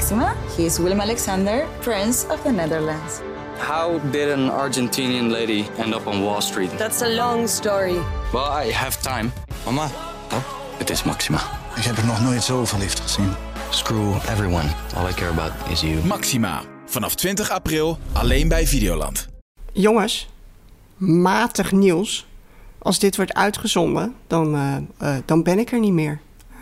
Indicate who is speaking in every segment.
Speaker 1: Maxima. He is Willem-Alexander, Prince of the Netherlands.
Speaker 2: How did an Argentinian lady end up on Wall Street?
Speaker 3: That's a long story.
Speaker 2: Well, I have time.
Speaker 4: Mama,
Speaker 2: Het is Maxima.
Speaker 4: ik heb er nog nooit zo verliefd gezien.
Speaker 2: Screw everyone. All I care about is you.
Speaker 5: Maxima. Vanaf 20 april alleen bij Videoland.
Speaker 6: Jongens, matig nieuws. Als dit wordt uitgezonden, dan ben ik er niet meer.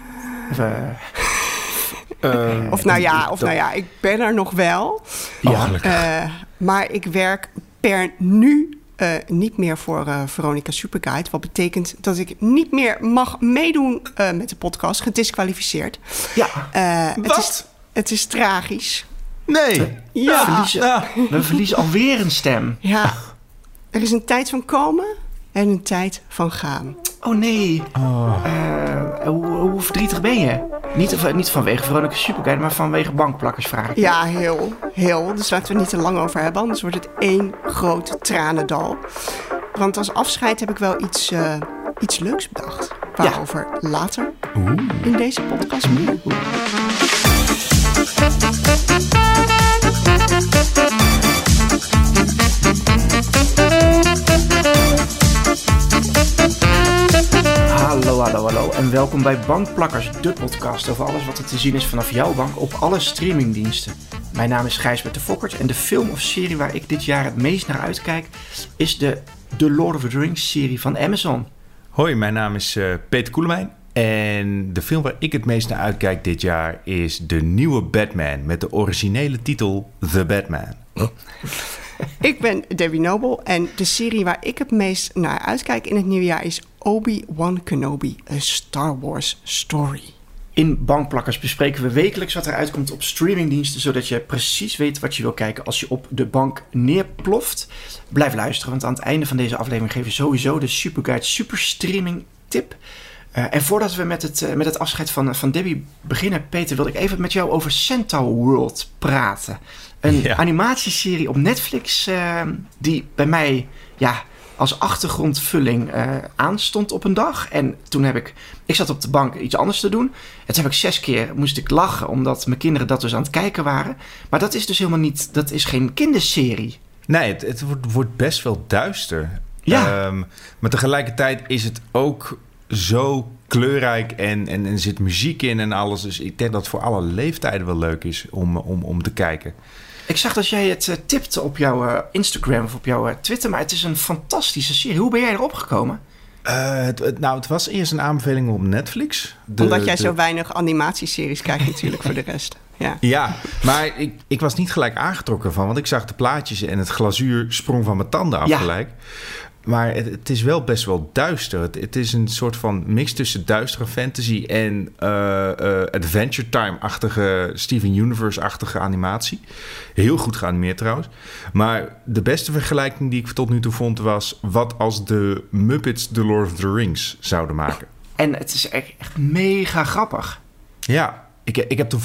Speaker 6: Of nou ja, ik ben er nog wel.
Speaker 5: Ja.
Speaker 6: Maar ik werk per nu niet meer voor Veronica Superguide. Wat betekent dat ik niet meer mag meedoen met de podcast. Gedisqualificeerd.
Speaker 7: Ja.
Speaker 6: Het is tragisch.
Speaker 7: Nee.
Speaker 6: Ja.
Speaker 7: We verliezen alweer een stem.
Speaker 6: Ja. Er is een tijd van komen en een tijd van gaan.
Speaker 7: Oh nee. Hoe verdrietig ben je? Niet vanwege Veronica Superguide, maar vanwege bankplakkers, vraag ik.
Speaker 6: Ja, heel. Dus laten we het niet te lang over hebben. Anders wordt het één groot tranendal. Want als afscheid heb ik wel iets leuks bedacht. Waarover later in deze podcast meer.
Speaker 7: Hallo en welkom bij Bankplakkers, de podcast over alles wat er te zien is vanaf jouw bank op alle streamingdiensten. Mijn naam is Gijsbert de Fokkert en de film of serie waar ik dit jaar het meest naar uitkijk is de The Lord of the Rings serie van Amazon.
Speaker 8: Hoi, mijn naam is Peter Koelemijn en de film waar ik het meest naar uitkijk dit jaar is de nieuwe Batman met de originele titel The Batman.
Speaker 6: Ik ben Debbie Noble en de serie waar ik het meest naar uitkijk in het nieuwe jaar is Obi-Wan Kenobi, A Star Wars Story.
Speaker 7: In Bankplakkers bespreken we wekelijks wat er uitkomt op streamingdiensten, zodat je precies weet wat je wil kijken als je op de bank neerploft. Blijf luisteren, want aan het einde van deze aflevering geven we sowieso de Superguide Superstreaming tip. En voordat we met het afscheid van Debbie beginnen, Peter, wil ik even met jou over Centaur World praten. Een animatieserie op Netflix die bij mij als achtergrondvulling aanstond op een dag. En toen ik zat op de bank iets anders te doen. En toen heb ik 6 keer moest ik lachen, omdat mijn kinderen dat dus aan het kijken waren. Maar dat is dus helemaal niet, dat is geen kinderserie.
Speaker 8: Nee, het wordt best wel duister.
Speaker 7: Ja.
Speaker 8: Maar tegelijkertijd is het ook zo kleurrijk en er zit muziek in en alles. Dus ik denk dat het voor alle leeftijden wel leuk is om te kijken.
Speaker 7: Ik zag dat jij het tipte op jouw Instagram of op jouw Twitter, maar het is een fantastische serie. Hoe ben jij erop gekomen?
Speaker 8: Het was eerst een aanbeveling op Netflix.
Speaker 6: Omdat jij zo weinig animatieseries kijkt natuurlijk voor de rest.
Speaker 8: Ja, maar ik was niet gelijk aangetrokken van, want ik zag de plaatjes en het glazuur sprong van mijn tanden af gelijk. Maar het is wel best wel duister. Het is een soort van mix tussen duistere fantasy en Adventure Time-achtige, Steven Universe-achtige animatie. Heel goed geanimeerd trouwens. Maar de beste vergelijking die ik tot nu toe vond was wat als de Muppets The Lord of the Rings zouden maken.
Speaker 7: En het is echt mega grappig.
Speaker 8: Ja, ik heb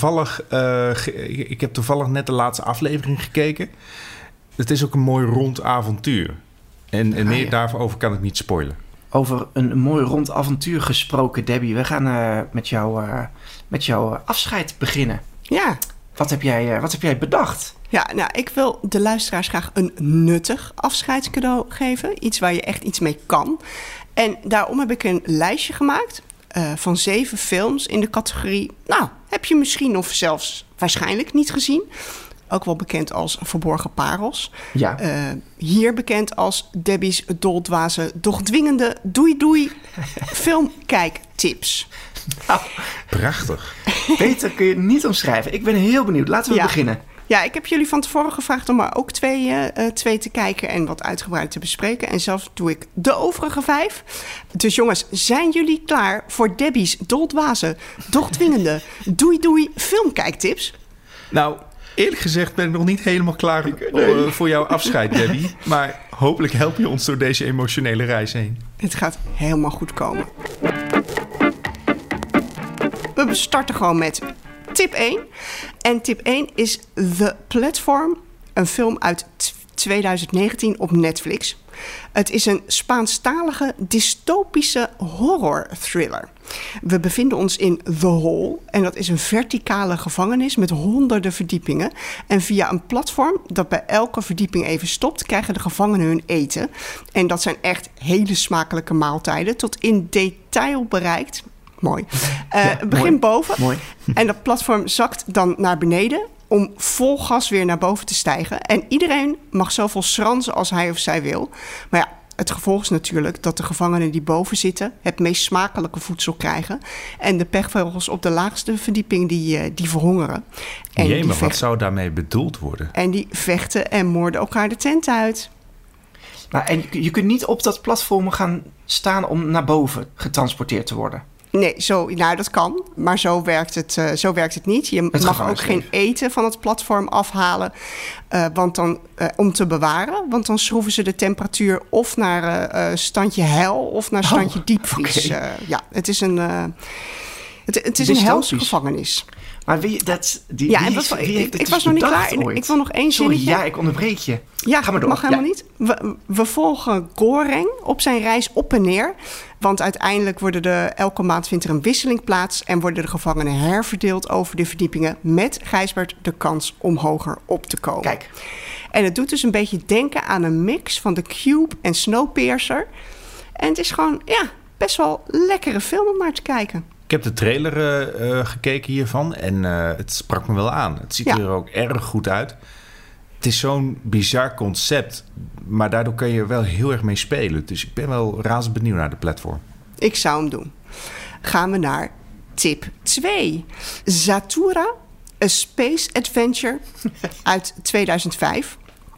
Speaker 8: toevallig net de laatste aflevering gekeken. Het is ook een mooi rond avontuur. En meer daarover kan ik niet spoilen.
Speaker 7: Over een mooi rond avontuur gesproken, Debbie. We gaan met jouw afscheid beginnen.
Speaker 6: Ja.
Speaker 7: Wat heb jij bedacht?
Speaker 6: Ja, nou, ik wil de luisteraars graag een nuttig afscheidscadeau geven. Iets waar je echt iets mee kan. En daarom heb ik een lijstje gemaakt van 7 films in de categorie, nou, heb je misschien of zelfs waarschijnlijk niet gezien. Ook wel bekend als Verborgen Parels.
Speaker 7: Ja.
Speaker 6: Hier bekend als Debbie's doldwaze, doch dwingende doei filmkijktips.
Speaker 7: Nou,
Speaker 8: prachtig.
Speaker 7: Beter kun je het niet omschrijven. Ik ben heel benieuwd. Laten we beginnen.
Speaker 6: Ja, ik heb jullie van tevoren gevraagd om er ook twee te kijken en wat uitgebreid te bespreken. En zelf doe ik de overige 5. Dus jongens, zijn jullie klaar voor Debbie's doldwaze, doch dwingende doei filmkijktips?
Speaker 8: Nou, eerlijk gezegd ben ik nog niet helemaal klaar voor jouw afscheid, Debbie. Maar hopelijk help je ons door deze emotionele reis heen.
Speaker 6: Het gaat helemaal goed komen. We starten gewoon met tip 1. En tip 1 is The Platform. Een film uit 2019 op Netflix. Het is een Spaanstalige dystopische horror-thriller. We bevinden ons in The Hole en dat is een verticale gevangenis met honderden verdiepingen. En via een platform dat bij elke verdieping even stopt, krijgen de gevangenen hun eten. En dat zijn echt hele smakelijke maaltijden, tot in detail bereikt. Mooi. Begin boven. Mooi. En dat platform zakt dan naar beneden om vol gas weer naar boven te stijgen. En iedereen mag zoveel schranzen als hij of zij wil. Maar ja, het gevolg is natuurlijk dat de gevangenen die boven zitten het meest smakelijke voedsel krijgen. En de pechvogels op de laagste verdieping die verhongeren. En
Speaker 8: maar wat zou daarmee bedoeld worden?
Speaker 6: En die vechten en moorden elkaar de tent uit.
Speaker 7: Maar en je kunt niet op dat platform gaan staan om naar boven getransporteerd te worden.
Speaker 6: Nee, dat kan, maar zo werkt het niet. Je mag ook geen eten van het platform afhalen om te bewaren. Want dan schroeven ze de temperatuur of naar standje hel of naar standje diepvries.
Speaker 7: Okay.
Speaker 6: Het is een helse gevangenis.
Speaker 7: Maar ik was
Speaker 6: nog niet klaar. Ik wil nog één zinnetje.
Speaker 7: Sorry, ik onderbreek je.
Speaker 6: Ja,
Speaker 7: ga maar door.
Speaker 6: Mag helemaal niet. We volgen Goreng op zijn reis op en neer. Want uiteindelijk elke maand vindt er een wisseling plaats en worden de gevangenen herverdeeld over de verdiepingen met Gijsbert de kans om hoger op te komen.
Speaker 7: Kijk.
Speaker 6: En het doet dus een beetje denken aan een mix van The Cube en Snowpiercer. En het is gewoon, best wel lekkere film om naar te kijken.
Speaker 8: Ik heb de trailer gekeken hiervan en het sprak me wel aan. Het ziet er ook erg goed uit. Het is zo'n bizar concept, maar daardoor kan je wel heel erg mee spelen. Dus ik ben wel razend benieuwd naar de platform.
Speaker 6: Ik zou hem doen. Gaan we naar tip 2. Zathura, A Space Adventure uit 2005.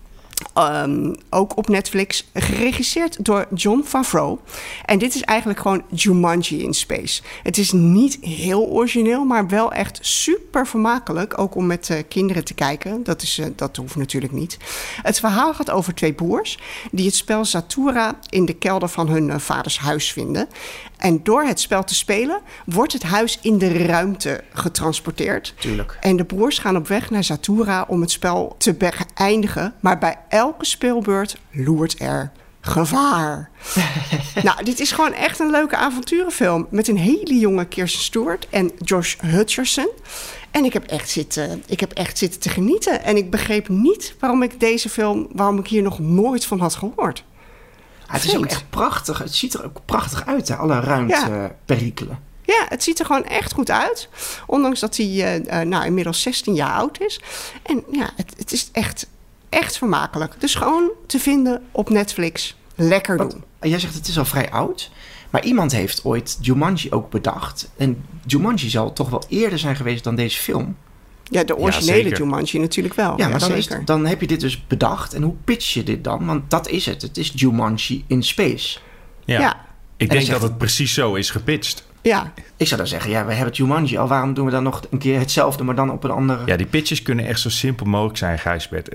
Speaker 6: Ook op Netflix, geregisseerd door Jon Favreau. En dit is eigenlijk gewoon Jumanji in space. Het is niet heel origineel, maar wel echt super vermakelijk. Ook om met kinderen te kijken. Dat hoeft natuurlijk niet. Het verhaal gaat over 2 broers die het spel Zathura in de kelder van hun vaders huis vinden. En door het spel te spelen wordt het huis in de ruimte getransporteerd.
Speaker 7: Tuurlijk.
Speaker 6: En de broers gaan op weg naar Zathura om het spel te beëindigen. Maar bij elke speelbeurt loert er gevaar. Nou, dit is gewoon echt een leuke avonturenfilm met een hele jonge Kirsten Stewart en Josh Hutcherson. En ik heb echt zitten te genieten. En ik begreep niet waarom ik hier nog nooit van had gehoord.
Speaker 7: Het is ook echt prachtig. Het ziet er ook prachtig uit, hè? Alle ruimteperikelen.
Speaker 6: Ja, het ziet er gewoon echt goed uit. Ondanks dat hij inmiddels 16 jaar oud is. En ja, het is echt vermakelijk. Dus gewoon te vinden op Netflix. Lekker doen.
Speaker 7: Jij zegt het is al vrij oud. Maar iemand heeft ooit Jumanji ook bedacht. En Jumanji zal toch wel eerder zijn geweest dan deze film.
Speaker 6: Ja, de originele Jumanji natuurlijk wel.
Speaker 7: Ja, maar dan heb je dit dus bedacht. En hoe pitch je dit dan? Want dat is het. Het is Jumanji in space.
Speaker 8: Ja. Ik denk dat het precies zo is gepitcht.
Speaker 6: Ja.
Speaker 7: Ik zou dan zeggen, we hebben Jumanji al. Waarom doen we dan nog een keer hetzelfde, maar dan op een andere...
Speaker 8: Ja, die pitches kunnen echt zo simpel mogelijk zijn, Gijsbert.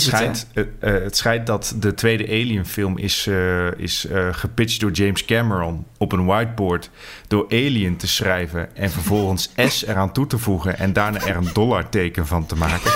Speaker 8: Het schijnt dat de tweede Alien-film is gepitcht door James Cameron op een whiteboard door Alien te schrijven en vervolgens S eraan toe te voegen en daarna er een dollarteken van te maken.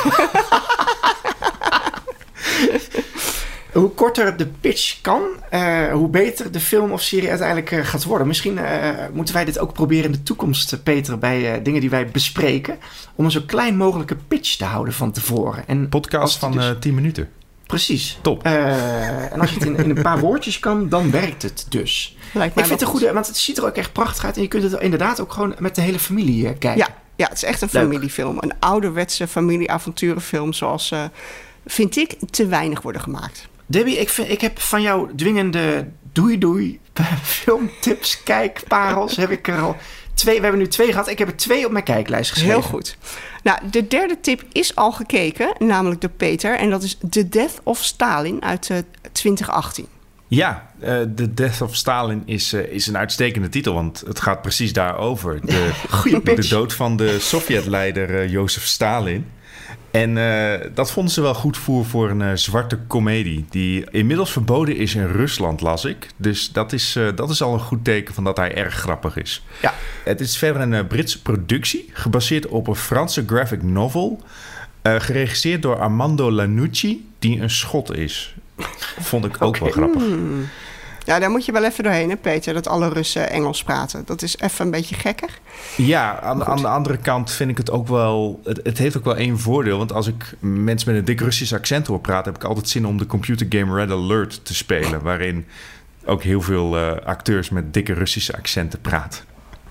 Speaker 7: Hoe korter de pitch kan, hoe beter de film of serie uiteindelijk gaat worden. Misschien moeten wij dit ook proberen in de toekomst, Peter, bij dingen die wij bespreken. Om een zo klein mogelijke pitch te houden van tevoren. En
Speaker 8: podcast van 10 minuten.
Speaker 7: Precies.
Speaker 8: Top.
Speaker 7: En als je het in een paar woordjes kan, dan werkt het dus. Ik vind het een goede, want het ziet er ook echt prachtig uit. En je kunt het inderdaad ook gewoon met de hele familie kijken.
Speaker 6: Ja, het is echt een familiefilm. Een ouderwetse familieavonturenfilm zoals, vind ik, te weinig worden gemaakt.
Speaker 7: Debbie, ik heb van jou dwingende doei filmtips, kijkparels. Heb ik er al 2. We hebben nu 2 gehad. Ik heb er 2 op mijn kijklijst geschreven.
Speaker 6: Heel goed. Nou, de derde tip is al gekeken, namelijk door Peter. En dat is The Death of Stalin uit 2018.
Speaker 8: Ja, The Death of Stalin is een uitstekende titel, want het gaat precies daarover. De dood van de Sovjet-leider Jozef Stalin. En dat vonden ze wel goed voor een zwarte komedie die inmiddels verboden is in Rusland, las ik. Dus dat is al een goed teken van dat hij erg grappig is.
Speaker 7: Ja.
Speaker 8: Het is verder een Britse productie, gebaseerd op een Franse graphic novel, geregisseerd door Armando Iannucci, die een Schot is. Vond ik ook wel grappig.
Speaker 6: Ja, daar moet je wel even doorheen, hè, Peter, dat alle Russen Engels praten. Dat is even een beetje gekkig.
Speaker 8: Ja, aan de andere kant vind ik het ook wel... Het heeft ook wel één voordeel. Want als ik mensen met een dik Russisch accent hoor praten... heb ik altijd zin om de computergame Red Alert te spelen. Waarin ook heel veel acteurs met dikke Russische accenten praten.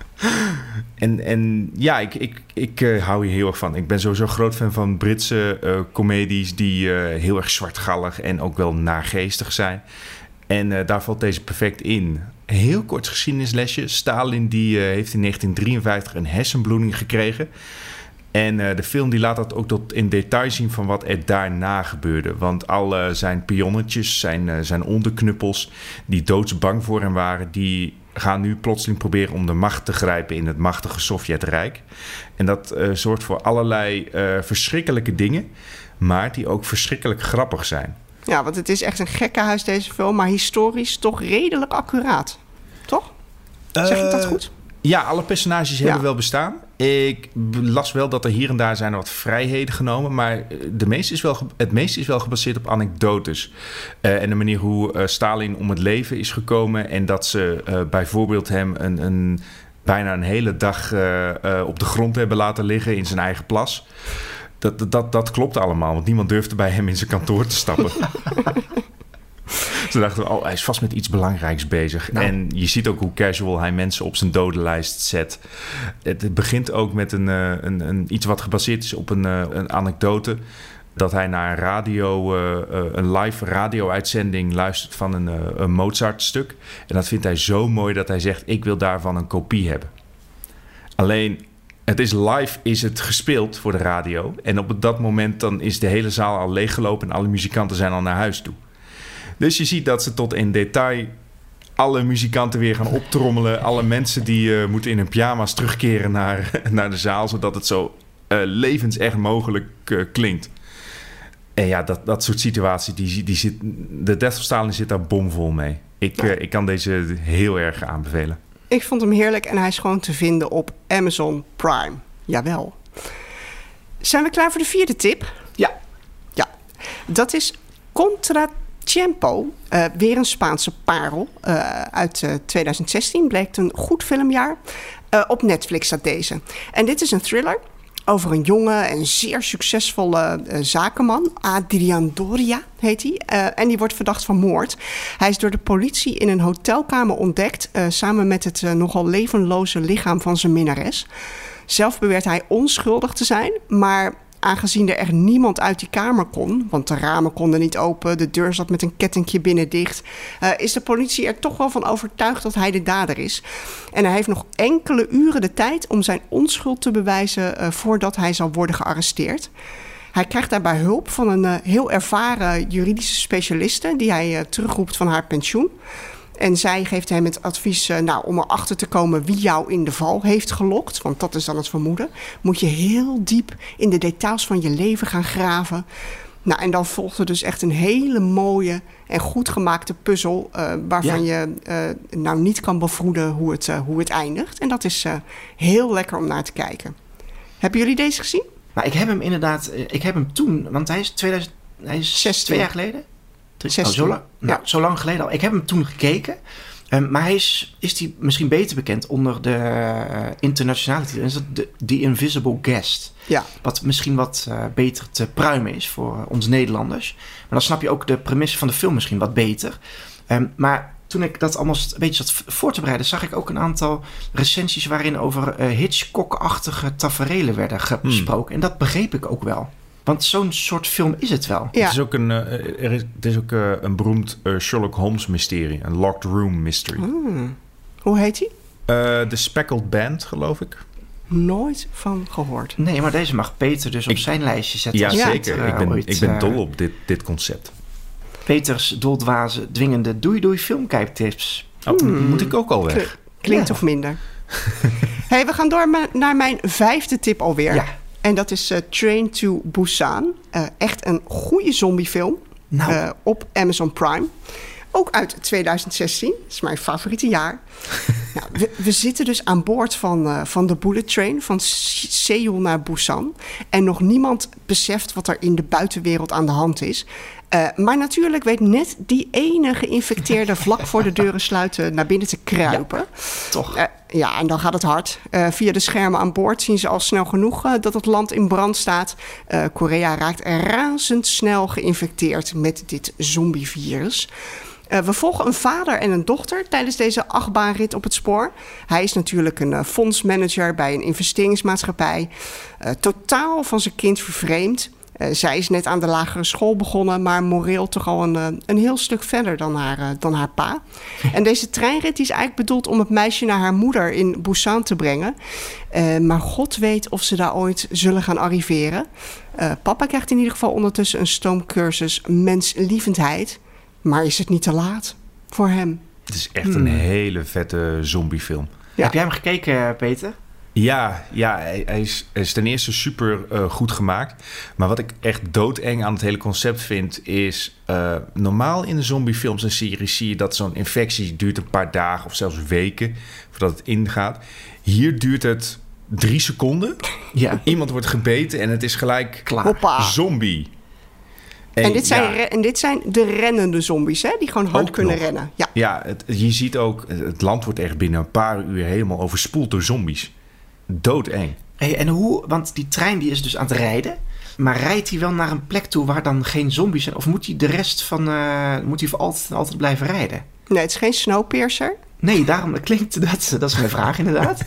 Speaker 8: En ja, ik hou hier heel erg van. Ik ben sowieso groot fan van Britse comedies... die heel erg zwartgallig en ook wel naargeestig zijn... En daar valt deze perfect in. Een heel kort geschiedenislesje. Stalin die, heeft in 1953 een hersenbloeding gekregen. En de film die laat dat ook tot in detail zien van wat er daarna gebeurde. Want al zijn pionnetjes, zijn onderknuppels... die doodsbang voor hem waren... die gaan nu plotseling proberen om de macht te grijpen... in het machtige Sovjetrijk. En dat zorgt voor allerlei verschrikkelijke dingen... maar die ook verschrikkelijk grappig zijn.
Speaker 6: Ja, want het is echt een gekkenhuis deze film... maar historisch toch redelijk accuraat. Toch? Zeg ik dat goed?
Speaker 8: Ja, alle personages hebben wel bestaan. Ik las wel dat er hier en daar zijn wat vrijheden genomen... maar het meeste is wel gebaseerd op anekdotes. En de manier hoe Stalin om het leven is gekomen... en dat ze bijvoorbeeld hem bijna een hele dag op de grond hebben laten liggen... in zijn eigen plas... Dat klopt allemaal, want niemand durfde bij hem in zijn kantoor te stappen. Ze dachten, hij is vast met iets belangrijks bezig. Nou. En je ziet ook hoe casual hij mensen op zijn dodenlijst zet. Het begint ook met iets wat gebaseerd is op een anekdote... dat hij naar een live radio-uitzending luistert van een Mozart-stuk. En dat vindt hij zo mooi dat hij zegt... ik wil daarvan een kopie hebben. Alleen... Het is live, is het gespeeld voor de radio. En op dat moment dan is de hele zaal al leeggelopen... en alle muzikanten zijn al naar huis toe. Dus je ziet dat ze tot in detail... alle muzikanten weer gaan optrommelen. Alle mensen die moeten in hun pyjama's terugkeren naar de zaal... zodat het zo levensecht mogelijk klinkt. En ja, dat soort situaties... de Death of Stalin zit daar bomvol mee. Ik kan deze heel erg aanbevelen.
Speaker 6: Ik vond hem heerlijk en hij is gewoon te vinden op Amazon Prime. Jawel. Zijn we klaar voor de 4e tip?
Speaker 7: Ja.
Speaker 6: Dat is Contratiempo. Weer een Spaanse parel. Uit 2016. Bleek een goed filmjaar. Op Netflix staat deze. En dit is een thriller over een jonge en zeer succesvolle zakenman. Adrian Doria heet hij. En die wordt verdacht van moord. Hij is door de politie in een hotelkamer ontdekt... samen met het nogal levenloze lichaam van zijn minnares. Zelf beweert hij onschuldig te zijn... maar aangezien er echt niemand uit die kamer kon... want de ramen konden niet open, de deur zat met een kettingje binnen dicht... is de politie er toch wel van overtuigd dat hij de dader is. En hij heeft nog enkele uren de tijd om zijn onschuld te bewijzen... voordat hij zal worden gearresteerd. Hij krijgt daarbij hulp van een heel ervaren juridische specialiste... die hij terugroept van haar pensioen... En zij geeft hem het advies om erachter te komen wie jou in de val heeft gelokt. Want dat is dan het vermoeden. Moet je heel diep in de details van je leven gaan graven. Nou, en dan volgt er dus echt een hele mooie en goed gemaakte puzzel... waarvan je niet kan bevroeden hoe het eindigt. En dat is heel lekker om naar te kijken. Hebben jullie deze gezien?
Speaker 7: Nou, ik heb hem inderdaad... Ik heb hem toen... Want hij is
Speaker 6: 16.
Speaker 7: 2 jaar geleden?
Speaker 6: Zo
Speaker 7: lang geleden al. Ik heb hem toen gekeken. Maar hij is die misschien beter bekend onder de internationale titel. Is dat The Invisible Guest.
Speaker 6: Ja.
Speaker 7: Wat misschien wat beter te pruimen is voor ons Nederlanders. Maar dan snap je ook de premisse van de film misschien wat beter. Maar toen ik dat allemaal een beetje zat voor te bereiden... zag ik ook een aantal recensies waarin over Hitchcock-achtige taferelen werden gesproken. En dat begreep ik ook wel. Want zo'n soort film is het wel.
Speaker 6: Ja.
Speaker 8: Het is ook een beroemd Sherlock Holmes mysterie. Een locked room mystery.
Speaker 6: Hoe heet die?
Speaker 8: The Speckled Band, geloof ik.
Speaker 6: Nooit van gehoord.
Speaker 7: Nee, maar deze mag Peter dus op zijn lijstje zetten.
Speaker 8: Ja, zeker. Ik ben dol op dit concept.
Speaker 7: Peters doldwaze dwingende doei filmkijktips.
Speaker 8: Moet ik ook al weg?
Speaker 6: Klinkt of minder. Hey, we gaan door naar mijn 5e tip alweer.
Speaker 7: Ja.
Speaker 6: En dat is Train to Busan. Echt een goede zombiefilm. Op Amazon Prime. Ook uit 2016. Dat is mijn favoriete jaar. Nou, we zitten dus aan boord van de bullet train van Seoul naar Busan. En nog niemand beseft wat er in de buitenwereld aan de hand is. Maar natuurlijk weet net die ene geïnfecteerde vlak voor de deuren sluiten naar binnen te kruipen.
Speaker 7: Ja, toch?
Speaker 6: En dan gaat het hard. Via de schermen aan boord zien ze al snel genoeg dat het land in brand staat. Korea raakt razendsnel geïnfecteerd met dit zombievirus. We volgen een vader en een dochter tijdens deze achtbaanrit op het spoor. Hij is natuurlijk een fondsmanager bij een investeringsmaatschappij. Totaal van zijn kind vervreemd. Zij is net aan de lagere school begonnen, maar moreel toch al een heel stuk verder dan haar pa. En deze treinrit is eigenlijk bedoeld om het meisje naar haar moeder in Busan te brengen. Maar God weet of ze daar ooit zullen gaan arriveren. Papa krijgt in ieder geval ondertussen een stoomcursus menslievendheid. Maar is het niet te laat voor hem?
Speaker 8: Het is echt een hele vette zombiefilm.
Speaker 7: Ja. Heb jij hem gekeken, Peter?
Speaker 8: Ja, hij is ten eerste super goed gemaakt. Maar wat ik echt doodeng aan het hele concept vind is... normaal in de zombiefilms en series zie je dat zo'n infectie duurt een paar dagen of zelfs weken voordat het ingaat. Hier duurt het 3 seconden. Ja. Iemand wordt gebeten en het is gelijk
Speaker 7: klaar.
Speaker 6: Hoppa.
Speaker 8: Zombie.
Speaker 6: En dit zijn de rennende zombies, hè? Die gewoon hard kunnen rennen.
Speaker 8: Ja, je ziet ook, het land wordt echt binnen een paar uur helemaal overspoeld door zombies. Doodeng.
Speaker 7: Hey, en hoe, want die trein die is dus aan het rijden. Maar rijdt hij wel naar een plek toe waar dan geen zombies zijn? Of moet hij de rest van, moet hij voor altijd blijven rijden?
Speaker 6: Nee, het is geen Snowpiercer.
Speaker 7: Nee, daarom klinkt dat is mijn vraag inderdaad.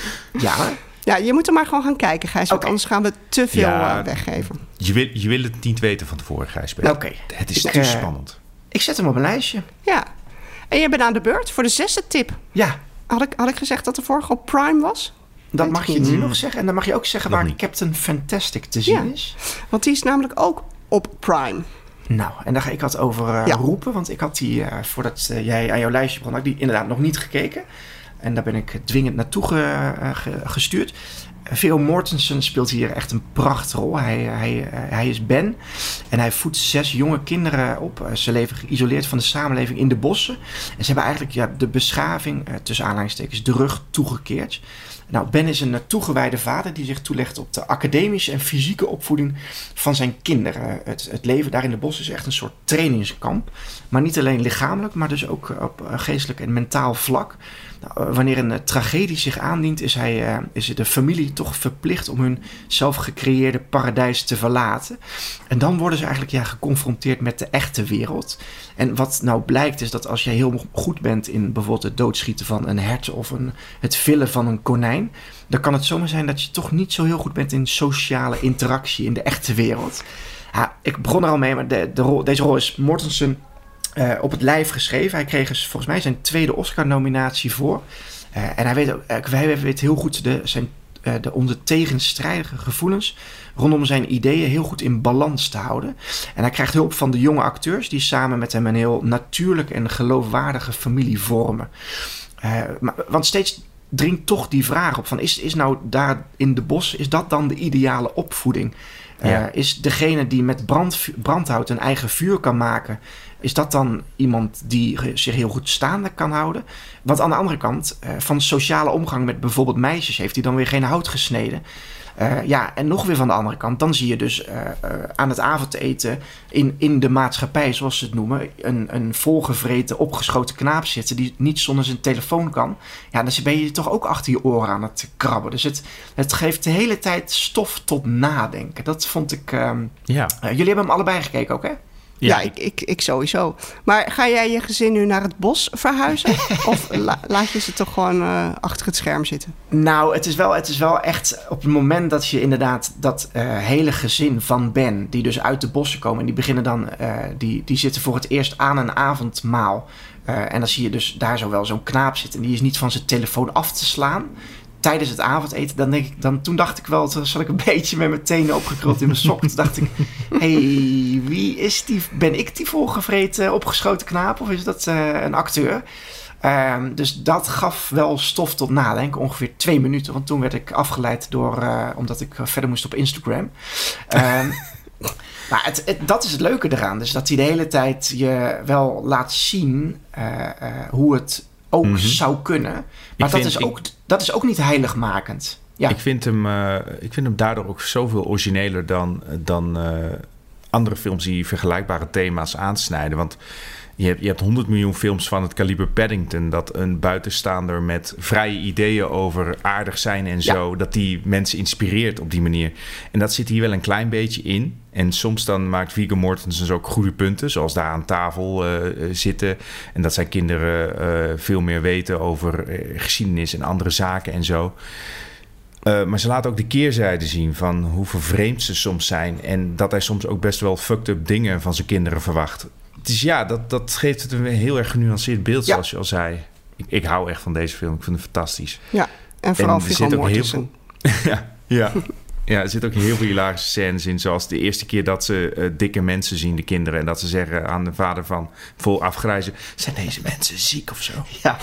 Speaker 6: Ja, je moet er maar gewoon gaan kijken, Gijs. Want anders gaan we te veel weggeven.
Speaker 8: Je wil het niet weten van tevoren, Gijs.
Speaker 7: Oké.
Speaker 8: Het is te spannend.
Speaker 7: Ik zet hem op een lijstje.
Speaker 6: Ja. En jij bent aan de beurt voor de 6e tip.
Speaker 7: Ja.
Speaker 6: Had ik gezegd dat de vorige op Prime was?
Speaker 7: Dat mag je nu nog zeggen. En dan mag je ook zeggen waar Captain Fantastic te zien is.
Speaker 6: Want die is namelijk ook op Prime.
Speaker 7: Nou, en daar ga ik wat over roepen. Want ik had die, voordat jij aan jouw lijstje begon, had ik die inderdaad nog niet gekeken. En daar ben ik dwingend naartoe gestuurd. Viggo Mortensen speelt hier echt een prachtrol. Hij is Ben en hij voedt 6 jonge kinderen op. Ze leven geïsoleerd van de samenleving in de bossen. En ze hebben eigenlijk de beschaving, tussen aanhalingstekens, de rug toegekeerd. Nou, Ben is een toegewijde vader die zich toelegt op de academische en fysieke opvoeding van zijn kinderen. Het leven daar in de bos is echt een soort trainingskamp. Maar niet alleen lichamelijk, maar dus ook op geestelijk en mentaal vlak. Nou, wanneer een tragedie zich aandient, is de familie toch verplicht om hun zelf gecreëerde paradijs te verlaten. En dan worden ze eigenlijk geconfronteerd met de echte wereld. En wat nou blijkt is dat als jij heel goed bent in bijvoorbeeld het doodschieten van een hert of het villen van een konijn, dan kan het zomaar zijn dat je toch niet zo heel goed bent in sociale interactie in de echte wereld. Ja, ik begon er al mee, maar deze rol is Mortensen op het lijf geschreven. Hij kreeg volgens mij zijn 2e Oscar-nominatie voor. En hij weet heel goed onze tegenstrijdige gevoelens rondom zijn ideeën heel goed in balans te houden. En hij krijgt hulp van de jonge acteurs die samen met hem een heel natuurlijk en geloofwaardige familie vormen. Want steeds dringt toch die vraag op van is nou daar in de bos, is dat dan de ideale opvoeding? Is degene die met brandhout een eigen vuur kan maken, is dat dan iemand die zich heel goed staande kan houden? Want aan de andere kant, van sociale omgang met bijvoorbeeld meisjes heeft hij dan weer geen hout gesneden. En nog weer van de andere kant, dan zie je dus aan het avondeten in de maatschappij, zoals ze het noemen, een volgevreten, opgeschoten knaap zitten die niet zonder zijn telefoon kan. Ja, dan ben je toch ook achter je oren aan het krabben. Dus het geeft de hele tijd stof tot nadenken. Dat vond ik... jullie hebben hem allebei gekeken ook, hè?
Speaker 6: Ja, ik sowieso. Maar ga jij je gezin nu naar het bos verhuizen? Of laat je ze toch gewoon achter het scherm zitten?
Speaker 7: Nou, het is wel echt op het moment dat je inderdaad dat hele gezin van Ben, die dus uit de bossen komen, en die beginnen dan, die zitten voor het eerst aan een avondmaal. En dan zie je dus daar zo wel zo'n knaap zitten. En die is niet van zijn telefoon af te slaan tijdens het avondeten. Toen dacht ik wel, toen zat ik een beetje met mijn tenen opgekruld in mijn sok. Toen dacht ik, wie is die? Ben ik die volgevreten opgeschoten knaap? Of is dat een acteur? Dus dat gaf wel stof tot nadenken. Ongeveer 2 minuten. Want toen werd ik afgeleid omdat ik verder moest op Instagram. Maar dat is het leuke eraan. Dus dat hij de hele tijd je wel laat zien hoe het ook zou kunnen. Maar dat is ook niet heiligmakend. Ja.
Speaker 8: Ik vind hem daardoor ook zoveel origineler dan andere films die vergelijkbare thema's aansnijden. Want je hebt 100 miljoen films van het kaliber Paddington, dat een buitenstaander met vrije ideeën over aardig zijn en zo, dat die mensen inspireert op die manier. En dat zit hier wel een klein beetje in. En soms dan maakt Viggo Mortensen ook goede punten, zoals daar aan tafel zitten. En dat zijn kinderen veel meer weten over geschiedenis en andere zaken en zo. Maar ze laten ook de keerzijde zien van hoe vervreemd ze soms zijn. En dat hij soms ook best wel fucked up dingen van zijn kinderen verwacht. Dus ja, dat geeft het een heel erg genuanceerd beeld, zoals je al zei. Ik hou echt van deze film. Ik vind het fantastisch.
Speaker 6: Ja, en vooral Viggo Mortensen.
Speaker 8: Ja, er zitten ook heel veel hilarische scènes in. Zoals de eerste keer dat ze dikke mensen zien, de kinderen. En dat ze zeggen aan de vader van vol afgrijzen: zijn deze mensen ziek of zo? Ja.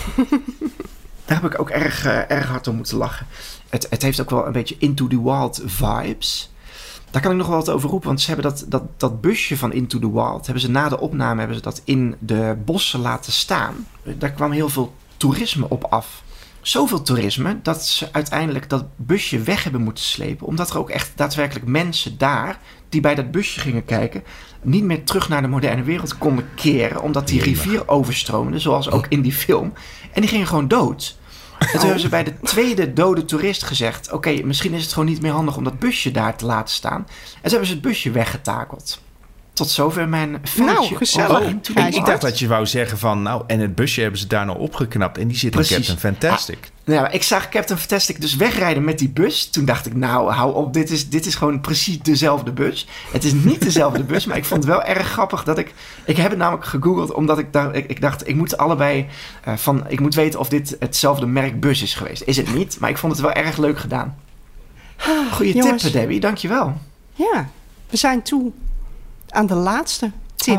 Speaker 7: Daar heb ik ook erg hard om moeten lachen. Het heeft ook wel een beetje Into the Wild vibes. Daar kan ik nog wel wat over roepen. Want ze hebben dat busje van Into the Wild, hebben ze na de opname dat in de bossen laten staan. Daar kwam heel veel toerisme op af. Zoveel toerisme dat ze uiteindelijk dat busje weg hebben moeten slepen. Omdat er ook echt daadwerkelijk mensen daar, die bij dat busje gingen kijken, niet meer terug naar de moderne wereld konden keren. Omdat die rivier overstroomde, zoals ook in die film. En die gingen gewoon dood. En toen hebben ze bij de tweede dode toerist gezegd: oké, misschien is het gewoon niet meer handig om dat busje daar te laten staan. En toen hebben ze het busje weggetakeld. Tot zover mijn feitje.
Speaker 6: Gezellig.
Speaker 8: Ik dacht dat je wou zeggen van, en het busje hebben ze daar nou opgeknapt. En die zit in Captain Fantastic.
Speaker 7: Ik zag Captain Fantastic dus wegrijden met die bus. Toen dacht ik, hou op, dit is gewoon precies dezelfde bus. Het is niet dezelfde bus, maar ik vond het wel erg grappig dat ik heb het namelijk gegoogeld, omdat ik dacht, ik moet allebei ik moet weten of dit hetzelfde merk bus is geweest. Is het niet, maar ik vond het wel erg leuk gedaan. Goeie tip, Debbie, dankjewel.
Speaker 6: Ja, we zijn toe aan de laatste tip.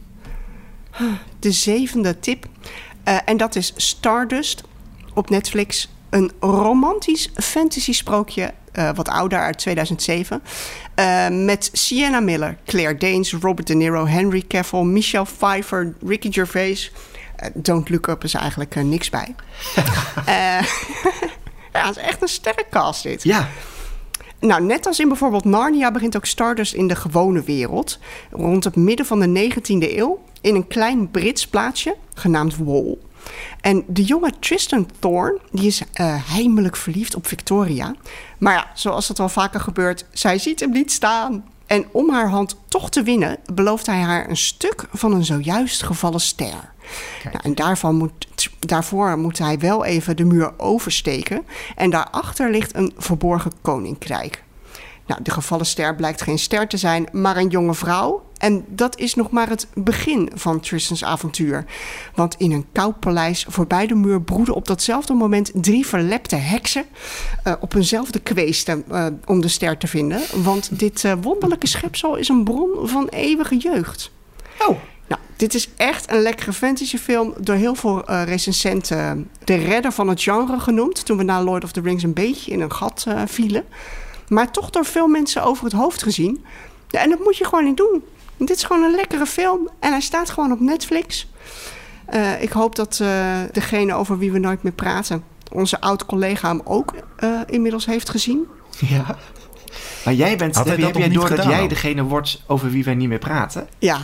Speaker 6: De 7e tip. En dat is Stardust op Netflix. Een romantisch fantasy sprookje, wat ouder, uit 2007. Met Sienna Miller, Claire Danes, Robert De Niro, Henry Cavill, Michelle Pfeiffer, Ricky Gervais. Don't Look Up is eigenlijk niks bij. Het is echt een sterrencast dit.
Speaker 7: Ja.
Speaker 6: Nou, net als in bijvoorbeeld Narnia begint ook Stardust in de gewone wereld. Rond het midden van de 19e eeuw. In een klein Brits plaatsje, genaamd Wall. En de jonge Tristan Thorne, die is heimelijk verliefd op Victoria. Maar ja, zoals dat wel vaker gebeurt, zij ziet hem niet staan. En om haar hand toch te winnen, belooft hij haar een stuk van een zojuist gevallen ster. Nou, en daarvoor moet hij wel even de muur oversteken. En daarachter ligt een verborgen koninkrijk. Nou, de gevallen ster blijkt geen ster te zijn, maar een jonge vrouw. En dat is nog maar het begin van Tristans avontuur. Want in een koud paleis voorbij de muur broeden op datzelfde moment 3 verlepte heksen op eenzelfde kweesten om de ster te vinden. Want dit wonderlijke schepsel is een bron van eeuwige jeugd.
Speaker 7: Oh.
Speaker 6: Nou, dit is echt een lekkere fantasyfilm, door heel veel recensenten de redder van het genre genoemd, toen we na Lord of the Rings een beetje in een gat vielen. Maar toch door veel mensen over het hoofd gezien. Ja, en dat moet je gewoon niet doen. Dit is gewoon een lekkere film en hij staat gewoon op Netflix. Ik hoop dat degene over wie we nooit meer praten, onze oud-collega, hem ook inmiddels heeft gezien.
Speaker 7: Ja. Maar jij bent, heb jij door dat jij degene wordt over wie wij niet meer praten?
Speaker 6: Ja.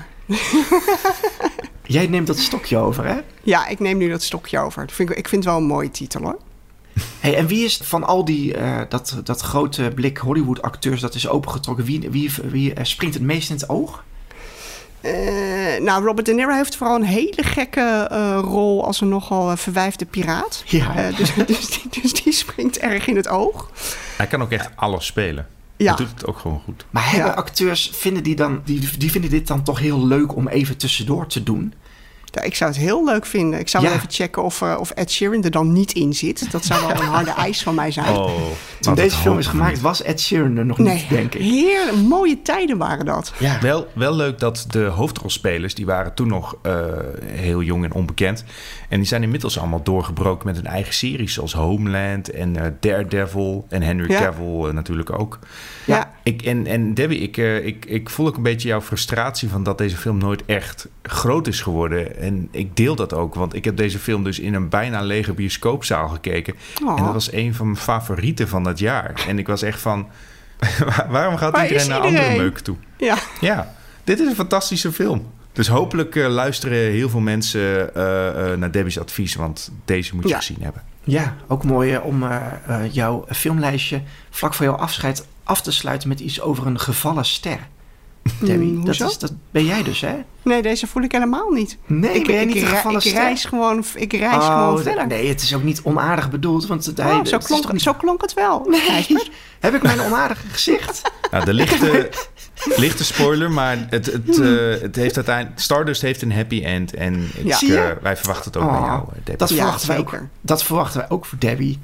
Speaker 7: Jij neemt dat stokje over, hè?
Speaker 6: Ja, ik neem nu dat stokje over. Ik vind het wel een mooie titel, hoor.
Speaker 7: Hey, en wie is van al die dat grote blik Hollywood-acteurs dat is opengetrokken, wie springt het meest in het oog?
Speaker 6: Nou, Robert De Niro heeft vooral een hele gekke rol als een nogal verwijfde piraat.
Speaker 7: Ja.
Speaker 6: Dus die springt erg in het oog.
Speaker 8: Hij kan ook echt alles spelen.
Speaker 6: Ja.
Speaker 8: Hij doet het ook gewoon goed.
Speaker 7: Maar hebben acteurs, die vinden dit dan toch heel leuk om even tussendoor te doen?
Speaker 6: Ja, ik zou het heel leuk vinden. Ik zou wel even checken of Ed Sheeran er dan niet in zit. Dat zou wel een harde eis van mij zijn.
Speaker 7: Toen deze film is gemaakt, was Ed Sheeran er nog niet, denk ik.
Speaker 6: Heerlijk, mooie tijden waren dat.
Speaker 8: Ja. Wel leuk dat de hoofdrolspelers, die waren toen nog heel jong en onbekend. En die zijn inmiddels allemaal doorgebroken met hun eigen series, zoals Homeland en Daredevil. En Henry Cavill natuurlijk ook.
Speaker 6: Ja.
Speaker 8: En Debbie, ik voel ook een beetje jouw frustratie van dat deze film nooit echt groot is geworden. En ik deel dat ook, want ik heb deze film dus in een bijna lege bioscoopzaal gekeken. En dat was een van mijn favorieten van dat jaar. En ik was echt van, waarom gaat iedereen naar andere meuk toe? Ja, dit is een fantastische film. Dus hopelijk luisteren heel veel mensen naar Debbie's advies, want deze moet je gezien hebben.
Speaker 7: Ja, ook mooi om jouw filmlijstje vlak voor jouw afscheid af te sluiten met iets over een gevallen ster. Debbie, dat ben jij dus, hè?
Speaker 6: Nee, deze voel ik helemaal niet.
Speaker 7: Nee, ben jij niet een gevallen ster?
Speaker 6: Ik reis gewoon verder.
Speaker 7: Nee, het is ook niet onaardig bedoeld. Want
Speaker 6: zo klonk het wel.
Speaker 7: Nee, heb ik mijn onaardige gezicht?
Speaker 8: Nou, de lichte spoiler, maar het heeft uiteindelijk... Stardust heeft een happy end en wij verwachten het ook bij jou, Debbie.
Speaker 7: Dat verwachten wij ook voor Debbie.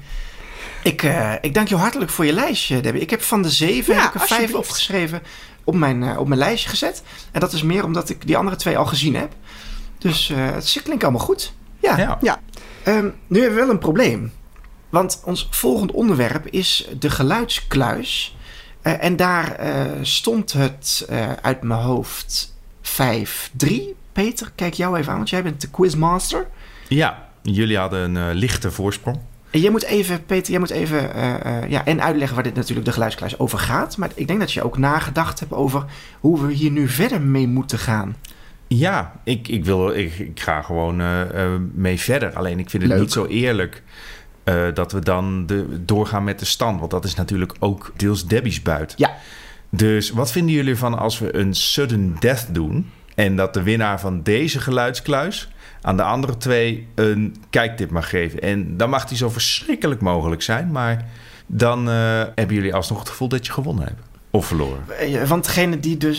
Speaker 7: Ik dank je hartelijk voor je lijstje, Debbie. Ik heb van de 7 heb ik er 5 opgeschreven op mijn lijstje gezet. En dat is meer omdat ik die andere 2 al gezien heb. Dus het klinkt allemaal goed. Ja. Nu hebben we wel een probleem. Want ons volgende onderwerp is de geluidskluis. En daar stond het uit mijn hoofd 5-3. Peter, kijk jou even aan, want jij bent de quizmaster.
Speaker 8: Ja, jullie hadden een lichte voorsprong.
Speaker 7: En Peter, en uitleggen waar dit natuurlijk de geluidskluis over gaat. Maar ik denk dat je ook nagedacht hebt over hoe we hier nu verder mee moeten gaan.
Speaker 8: Ja, ik ga gewoon mee verder. Alleen ik vind het niet zo eerlijk dat we dan doorgaan met de stand. Want dat is natuurlijk ook deels Debbie's buit. Ja. Dus wat vinden jullie ervan als we een sudden death doen? En dat de winnaar van deze geluidskluis aan de andere 2 een kijktip mag geven. En dan mag die zo verschrikkelijk mogelijk zijn. Maar dan hebben jullie alsnog het gevoel dat je gewonnen hebt. Of verloren.
Speaker 7: Want degene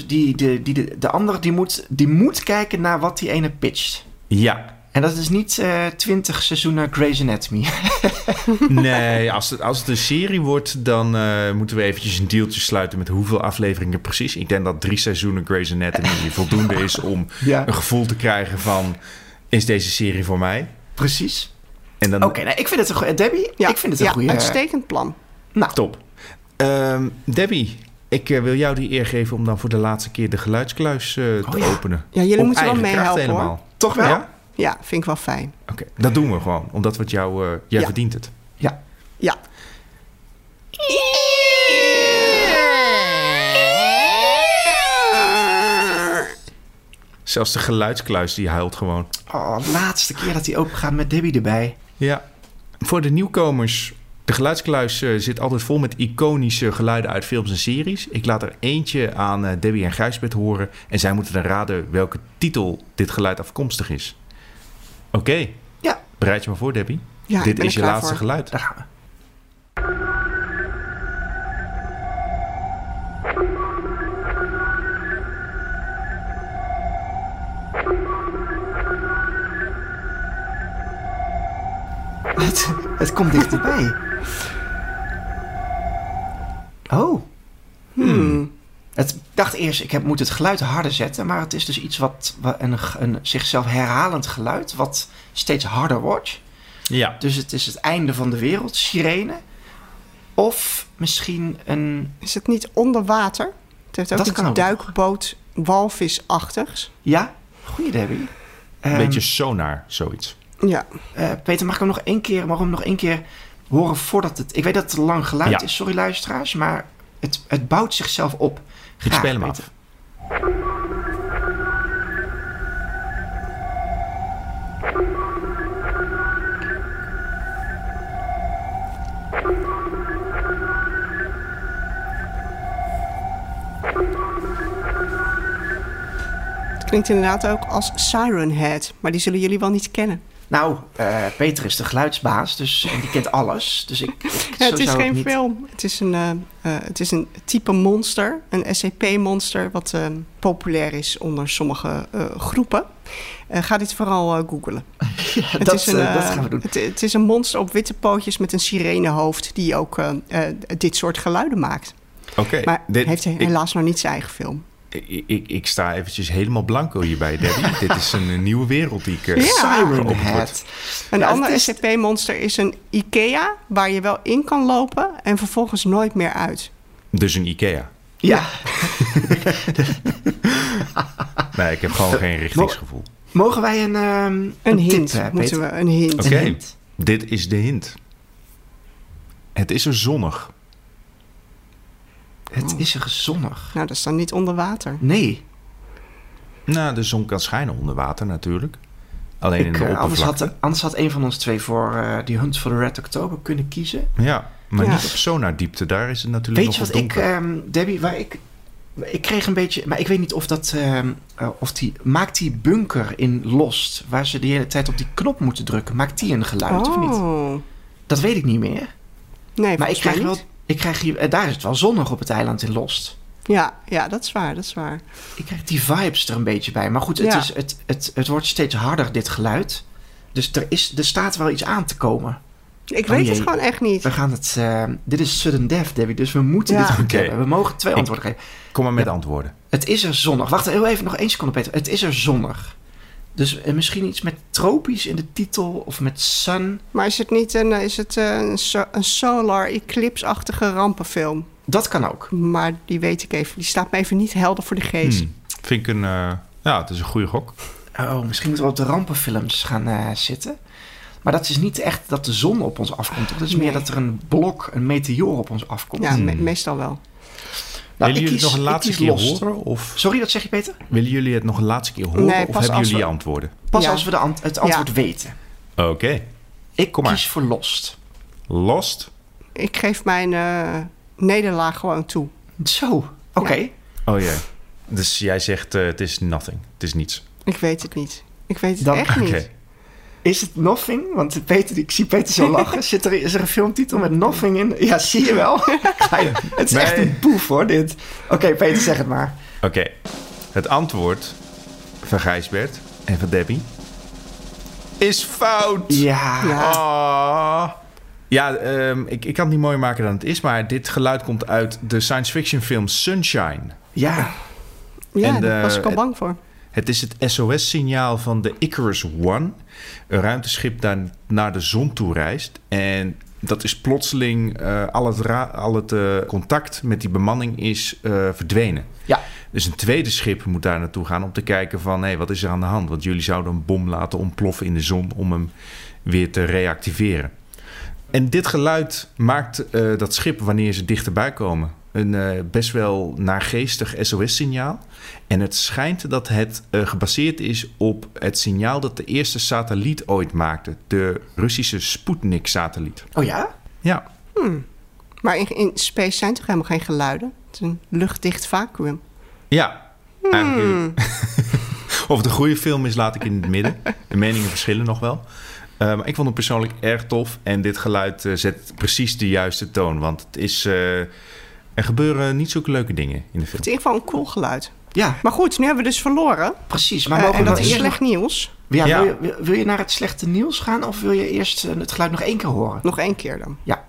Speaker 7: de ander die moet kijken naar wat die ene pitcht.
Speaker 8: Ja.
Speaker 7: En dat is niet 20 seizoenen Grey's Anatomy.
Speaker 8: Nee, als het een serie wordt, dan moeten we eventjes een dealtje sluiten met hoeveel afleveringen precies. Ik denk dat 3 seizoenen Grey's Anatomy voldoende is om een gevoel te krijgen van, is deze serie voor mij?
Speaker 7: Precies. Oké, ik vind het een goede... Debbie, ik vind het een goede...
Speaker 6: uitstekend plan.
Speaker 8: Nou, top. Debbie, ik wil jou die eer geven om dan voor de laatste keer de geluidskluis te openen.
Speaker 6: Ja, jullie moeten wel meehelpen, hoor.
Speaker 7: Toch wel?
Speaker 6: Ja, vind ik wel fijn.
Speaker 8: Oké, dat doen we gewoon, omdat we jij verdient het.
Speaker 6: Ja.
Speaker 8: Zelfs de geluidskluis die huilt gewoon.
Speaker 7: Laatste keer dat hij open gaat met Debbie erbij.
Speaker 8: Ja. Voor de nieuwkomers, de geluidskluis zit altijd vol met iconische geluiden uit films en series. Ik laat er eentje aan Debbie en Gijsbert horen. En zij moeten dan raden welke titel dit geluid afkomstig is. Oké. Ja. Bereid je maar voor, Debbie.
Speaker 6: Ja,
Speaker 8: dit is je laatste geluid.
Speaker 7: Daar gaan we. Het komt dichterbij. Oh. Ik dacht eerst, ik moet het geluid harder zetten. Maar het is dus iets wat een zichzelf herhalend geluid. Wat steeds harder wordt. Ja. Dus het is het einde van de wereld. Sirene. Of misschien een...
Speaker 6: Is het niet onder water? Het heeft ook iets duikboot walvisachtigs.
Speaker 7: Ja, goeie Debbie.
Speaker 8: Een beetje sonar, zoiets.
Speaker 6: Ja.
Speaker 7: Peter, mag ik hem nog één keer horen voordat het... Ik weet dat het een lang geluid is, sorry luisteraars, maar het bouwt zichzelf op.
Speaker 8: Ik speel hem af.
Speaker 6: Het klinkt inderdaad ook als Siren Head, maar die zullen jullie wel niet kennen.
Speaker 7: Nou, Peter is de geluidsbaas, dus en die kent alles. Dus
Speaker 6: het is geen film. Het is een type monster, een SCP-monster, wat populair is onder sommige groepen. Ga dit vooral googlen.
Speaker 7: Ja, dat gaan we doen.
Speaker 6: Het is een monster op witte pootjes met een sirenehoofd die ook dit soort geluiden maakt.
Speaker 8: Oké.
Speaker 6: Maar heeft helaas nog niet zijn eigen film.
Speaker 8: Ik sta eventjes helemaal blanco hierbij, Debbie. Dit is een nieuwe wereld die ik
Speaker 7: Siren Head.
Speaker 6: Een ander SCP-monster is een IKEA waar je wel in kan lopen en vervolgens nooit meer uit.
Speaker 8: Dus een IKEA?
Speaker 7: Ja.
Speaker 8: Nee, ik heb gewoon geen richtingsgevoel.
Speaker 7: Mogen wij een
Speaker 6: hint?
Speaker 7: tip,
Speaker 6: Moeten
Speaker 7: Peter?
Speaker 6: we een hint?
Speaker 8: Oké,
Speaker 7: Een hint.
Speaker 8: dit is de hint. Het is er zonnig.
Speaker 7: Het is er zonnig.
Speaker 6: Nou, dat is dan niet onder water.
Speaker 7: Nee.
Speaker 8: Nou, de zon kan schijnen onder water natuurlijk. Alleen in de oppervlakte.
Speaker 7: Anders had een van ons twee voor die Hunt for the Red October kunnen kiezen.
Speaker 8: Ja, maar
Speaker 6: Ja.
Speaker 8: niet op sonardiepte. Daar is het natuurlijk
Speaker 7: Weet je
Speaker 8: nog
Speaker 7: wat
Speaker 8: wat donker.
Speaker 7: Debbie, ik kreeg een beetje... Maar ik weet niet of dat... maakt die bunker in Lost, waar ze de hele tijd op die knop moeten drukken, maakt die een geluid of niet?
Speaker 6: Oh.
Speaker 7: Dat weet ik niet meer.
Speaker 6: Nee,
Speaker 7: Maar ik
Speaker 6: volgens mij
Speaker 7: krijg hier... Daar is het wel zonnig op het eiland in Lost.
Speaker 6: Ja, dat is waar, dat is waar.
Speaker 7: Ik krijg die vibes er een beetje bij. Maar goed,
Speaker 6: Ja.
Speaker 7: het wordt steeds harder, dit geluid. Dus er staat wel iets aan te komen.
Speaker 6: Ik weet het
Speaker 7: jee.
Speaker 6: gewoon echt niet.
Speaker 7: We gaan het... dit is sudden death, Debbie. Dus we moeten dit goed
Speaker 8: Oké.
Speaker 7: hebben. We mogen 2 antwoorden geven.
Speaker 8: Kom maar met antwoorden.
Speaker 7: Het is er zonnig. Wacht heel even, nog 1 seconde, Peter. Het is er zonnig. Dus misschien iets met tropisch in de titel of met sun.
Speaker 6: Maar is het niet een solar eclipse-achtige rampenfilm?
Speaker 7: Dat kan ook.
Speaker 6: Maar die weet ik even. Die staat me even niet helder voor de geest.
Speaker 8: Vind ik het is een goede gok.
Speaker 7: Oh, misschien moeten we op de rampenfilms gaan zitten. Maar dat is niet echt dat de zon op ons afkomt. Toch? Dat is meer dat er een meteoor op ons afkomt.
Speaker 6: Ja, meestal wel.
Speaker 7: Nou,
Speaker 8: Willen jullie het nog een laatste keer
Speaker 7: Lost.
Speaker 8: horen? Of
Speaker 7: Sorry, wat zeg je, Peter?
Speaker 8: willen jullie het nog een laatste keer horen?
Speaker 6: Nee,
Speaker 8: of
Speaker 6: pas
Speaker 8: hebben
Speaker 6: als
Speaker 8: jullie
Speaker 6: we-
Speaker 8: antwoorden?
Speaker 7: Pas
Speaker 6: Ja.
Speaker 7: als we het antwoord weten.
Speaker 8: Oké.
Speaker 7: Ik
Speaker 8: Kom maar.
Speaker 7: kies voor Lost.
Speaker 8: Lost.
Speaker 6: Ik geef mijn nederlaag gewoon toe.
Speaker 7: Zo, oké.
Speaker 6: Ja.
Speaker 8: Oh ja. Dus jij zegt het is nothing. Het is niets.
Speaker 6: Ik weet het niet. Ik weet het
Speaker 7: Dan-
Speaker 6: echt
Speaker 8: Oké.
Speaker 6: niet.
Speaker 7: Is het Nothing? Want Peter, ik zie Peter zo lachen. Is er een filmtitel met Nothing in? Ja, zie je wel. Het is echt
Speaker 8: Nee.
Speaker 7: een boef hoor, dit. Oké, Peter, zeg het maar.
Speaker 8: Oké. Het antwoord van Gijsbert en van Debbie is fout.
Speaker 7: Ja.
Speaker 6: Ja.
Speaker 8: Ja, ik kan het niet mooier maken dan het is, maar dit geluid komt uit de science fiction film Sunshine.
Speaker 7: Ja.
Speaker 6: Ja,
Speaker 8: En
Speaker 6: daar was ik al bang voor.
Speaker 8: Het is het SOS-signaal van de Icarus One, een ruimteschip dat naar de zon toe reist. En dat is plotseling, al het contact met die bemanning is verdwenen.
Speaker 7: Ja.
Speaker 8: Dus een tweede schip moet daar naartoe gaan om te kijken van, hé, wat is er aan de hand? Want jullie zouden een bom laten ontploffen in de zon om hem weer te reactiveren. En dit geluid maakt dat schip, wanneer ze dichterbij komen, een best wel naargeestig SOS-signaal. En het schijnt dat het gebaseerd is op het signaal dat de eerste satelliet ooit maakte. De Russische Sputnik-satelliet.
Speaker 7: Oh ja?
Speaker 8: Ja.
Speaker 6: Maar in space zijn toch helemaal geen geluiden? Het is een luchtdicht vacuüm.
Speaker 8: Ja. Eigenlijk, of het een goede film is, laat ik in het midden. De meningen verschillen nog wel. Maar ik vond hem persoonlijk erg tof. En dit geluid zet precies de juiste toon. Want het is, er gebeuren niet zulke leuke dingen in de film.
Speaker 6: Het is in ieder geval een cool geluid.
Speaker 7: Ja,
Speaker 6: Maar goed, nu hebben we dus verloren.
Speaker 7: precies. Maar mogen
Speaker 6: En
Speaker 7: we
Speaker 6: dat
Speaker 7: dan
Speaker 6: is
Speaker 7: eerst
Speaker 6: slecht nieuws.
Speaker 7: Ja,
Speaker 8: Ja.
Speaker 7: Wil je naar het slechte nieuws gaan of wil je eerst het geluid nog 1 keer horen?
Speaker 6: Nog 1 keer dan.
Speaker 7: Ja.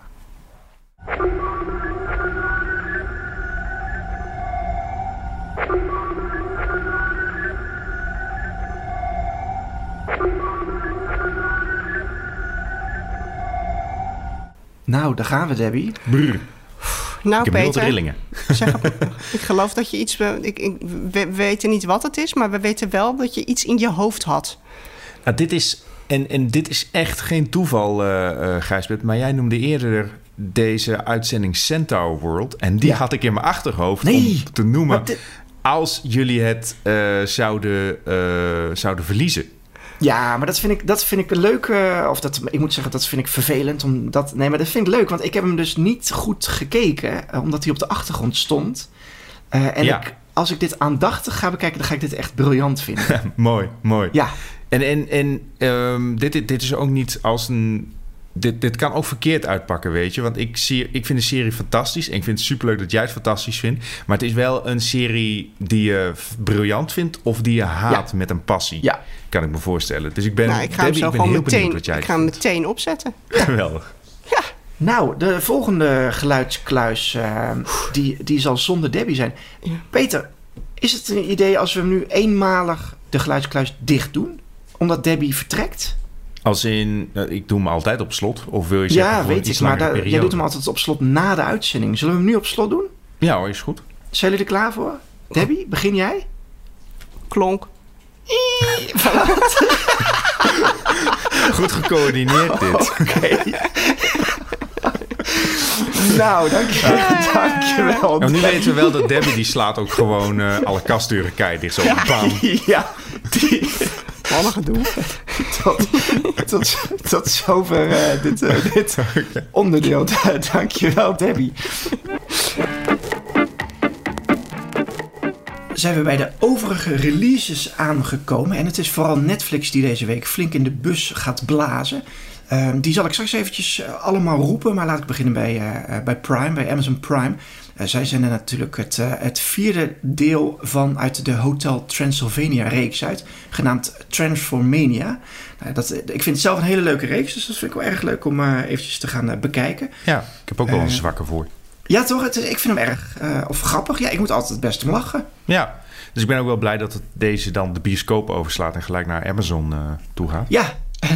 Speaker 7: Nou, daar gaan we, Debbie.
Speaker 8: Brrr.
Speaker 6: Nou,
Speaker 8: Ik heb heel
Speaker 6: Peter,
Speaker 8: trillingen.
Speaker 6: zeg, ik geloof dat je iets... We weten niet wat het is, maar we weten wel dat je iets in je hoofd had.
Speaker 8: Nou, dit is, en dit is echt geen toeval, Gijsbert. Maar jij noemde eerder deze uitzending Centaur World. En die
Speaker 7: Ja.
Speaker 8: had ik in mijn achterhoofd
Speaker 7: Nee.
Speaker 8: om te noemen.
Speaker 7: Maar dit-
Speaker 8: Als jullie het zouden verliezen.
Speaker 7: Ja, maar dat vind ik een leuke... Of ik moet zeggen, dat vind ik vervelend. Nee, maar dat vind ik leuk. Want ik heb hem dus niet goed gekeken. Omdat hij op de achtergrond stond.
Speaker 8: Ja.
Speaker 7: Als ik dit aandachtig ga bekijken, dan ga ik dit echt briljant vinden.
Speaker 8: Mooi, mooi.
Speaker 7: Ja,
Speaker 8: Dit is ook niet als een... Dit kan ook verkeerd uitpakken, weet je. Want ik vind de serie fantastisch. En ik vind het superleuk dat jij het fantastisch vindt. Maar het is wel een serie die je briljant vindt... of die je haat met een passie.
Speaker 7: Ja.
Speaker 8: Kan ik me voorstellen. Dus ik ben,
Speaker 6: Nou, ik ga hem
Speaker 8: Debbie,
Speaker 6: zo
Speaker 8: ik ben
Speaker 6: gewoon
Speaker 8: heel benieuwd
Speaker 6: meteen,
Speaker 8: wat jij
Speaker 6: ik ga hem
Speaker 8: vindt.
Speaker 6: meteen opzetten.
Speaker 8: Geweldig.
Speaker 7: nou, de volgende geluidskluis... die zal zonder Debbie zijn.
Speaker 6: Ja.
Speaker 7: Peter, is het een idee als we hem nu eenmalig de geluidskluis dicht doen? Omdat Debbie vertrekt?
Speaker 8: Als in, ik doe hem altijd op slot. Of wil je zeggen
Speaker 7: Ja,
Speaker 8: voor
Speaker 7: weet
Speaker 8: iets
Speaker 7: ik. Maar
Speaker 8: langere
Speaker 7: jij
Speaker 8: periode?
Speaker 7: doet hem altijd op slot na de uitzending. Zullen we hem nu op slot doen?
Speaker 8: Ja hoor, is goed.
Speaker 7: Zijn jullie er klaar voor? Debbie, begin jij?
Speaker 6: Klonk.
Speaker 8: Goed gecoördineerd dit.
Speaker 7: Oké. Nou, dankjewel.
Speaker 8: Nou, nu weten we wel dat Debbie die slaat ook gewoon alle kastdeuren keihard dicht. Zo bam.
Speaker 7: Ja, die...
Speaker 6: Wat een gedoe.
Speaker 7: Tot zover dit onderdeel. Dankjewel, Debbie. Zijn we bij de overige releases aangekomen. En het is vooral Netflix die deze week flink in de bus gaat blazen. Die zal ik straks eventjes allemaal roepen. Maar laat ik beginnen bij Prime, bij Amazon Prime. Zij zenden natuurlijk het 4e deel van uit de Hotel Transylvania reeks uit. Genaamd Transformania. Ik vind het zelf een hele leuke reeks. Dus dat vind ik wel erg leuk om eventjes te gaan bekijken.
Speaker 8: Ja, ik heb ook wel een zwakke voor.
Speaker 7: Ja, toch? Ik vind hem erg grappig. Ja, ik moet altijd het beste om lachen.
Speaker 8: Ja, dus ik ben ook wel blij dat deze dan de bioscoop overslaat en gelijk naar Amazon toe gaat.
Speaker 7: Ja.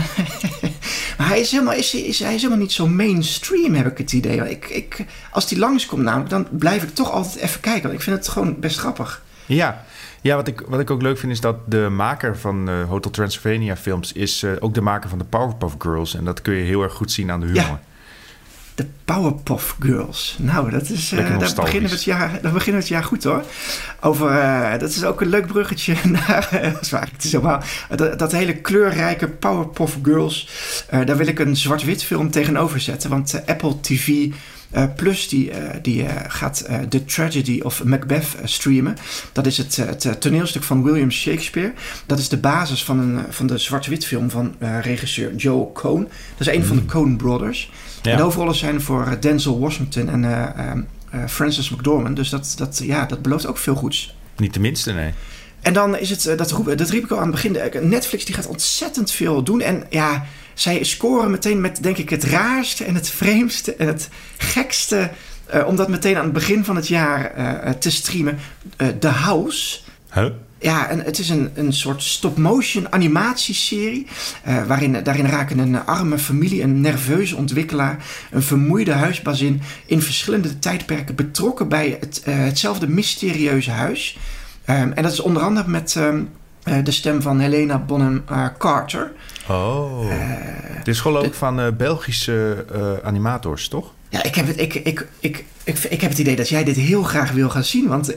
Speaker 7: Maar hij is helemaal niet zo mainstream, heb ik het idee. Als die langskomt namelijk, dan blijf ik toch altijd even kijken. Want ik vind het gewoon best grappig.
Speaker 8: Ja, wat ik ook leuk vind is dat de maker van Hotel Transylvania films is ook de maker van de Powerpuff Girls. En dat kun je heel erg goed zien aan de humor. Ja.
Speaker 7: De Powerpuff Girls. Nou, dat is, daar beginnen we het jaar goed hoor. Dat is ook een leuk bruggetje naar... het is helemaal, dat hele kleurrijke Powerpuff Girls. Daar wil ik een zwart-wit film tegenover zetten. Want Apple TV Plus die gaat The Tragedy of Macbeth streamen. Dat is het toneelstuk van William Shakespeare. Dat is de basis van de zwart-wit film van regisseur Joe Coen. Dat is een van de Coen Brothers. Ja. En de hoofdrollen zijn voor Denzel Washington en Frances McDormand. Dus dat belooft ook veel goeds.
Speaker 8: Niet de minste, nee.
Speaker 7: En dan is het, dat riep ik al aan het begin, Netflix die gaat ontzettend veel doen. En ja, zij scoren meteen met, denk ik, het raarste en het vreemdste en het gekste. Om dat meteen aan het begin van het jaar te streamen. The House.
Speaker 8: Huh?
Speaker 7: Ja, en het is een soort stop-motion animatieserie. Daarin raken een arme familie, een nerveuze ontwikkelaar, een vermoeide huisbazin in verschillende tijdperken betrokken bij hetzelfde mysterieuze huis. En dat is onder andere met de stem van Helena Bonham Carter.
Speaker 8: Oh. Dit is geloof ik van Belgische animators, toch?
Speaker 7: Ja, ik heb het idee dat jij dit heel graag wil gaan zien, want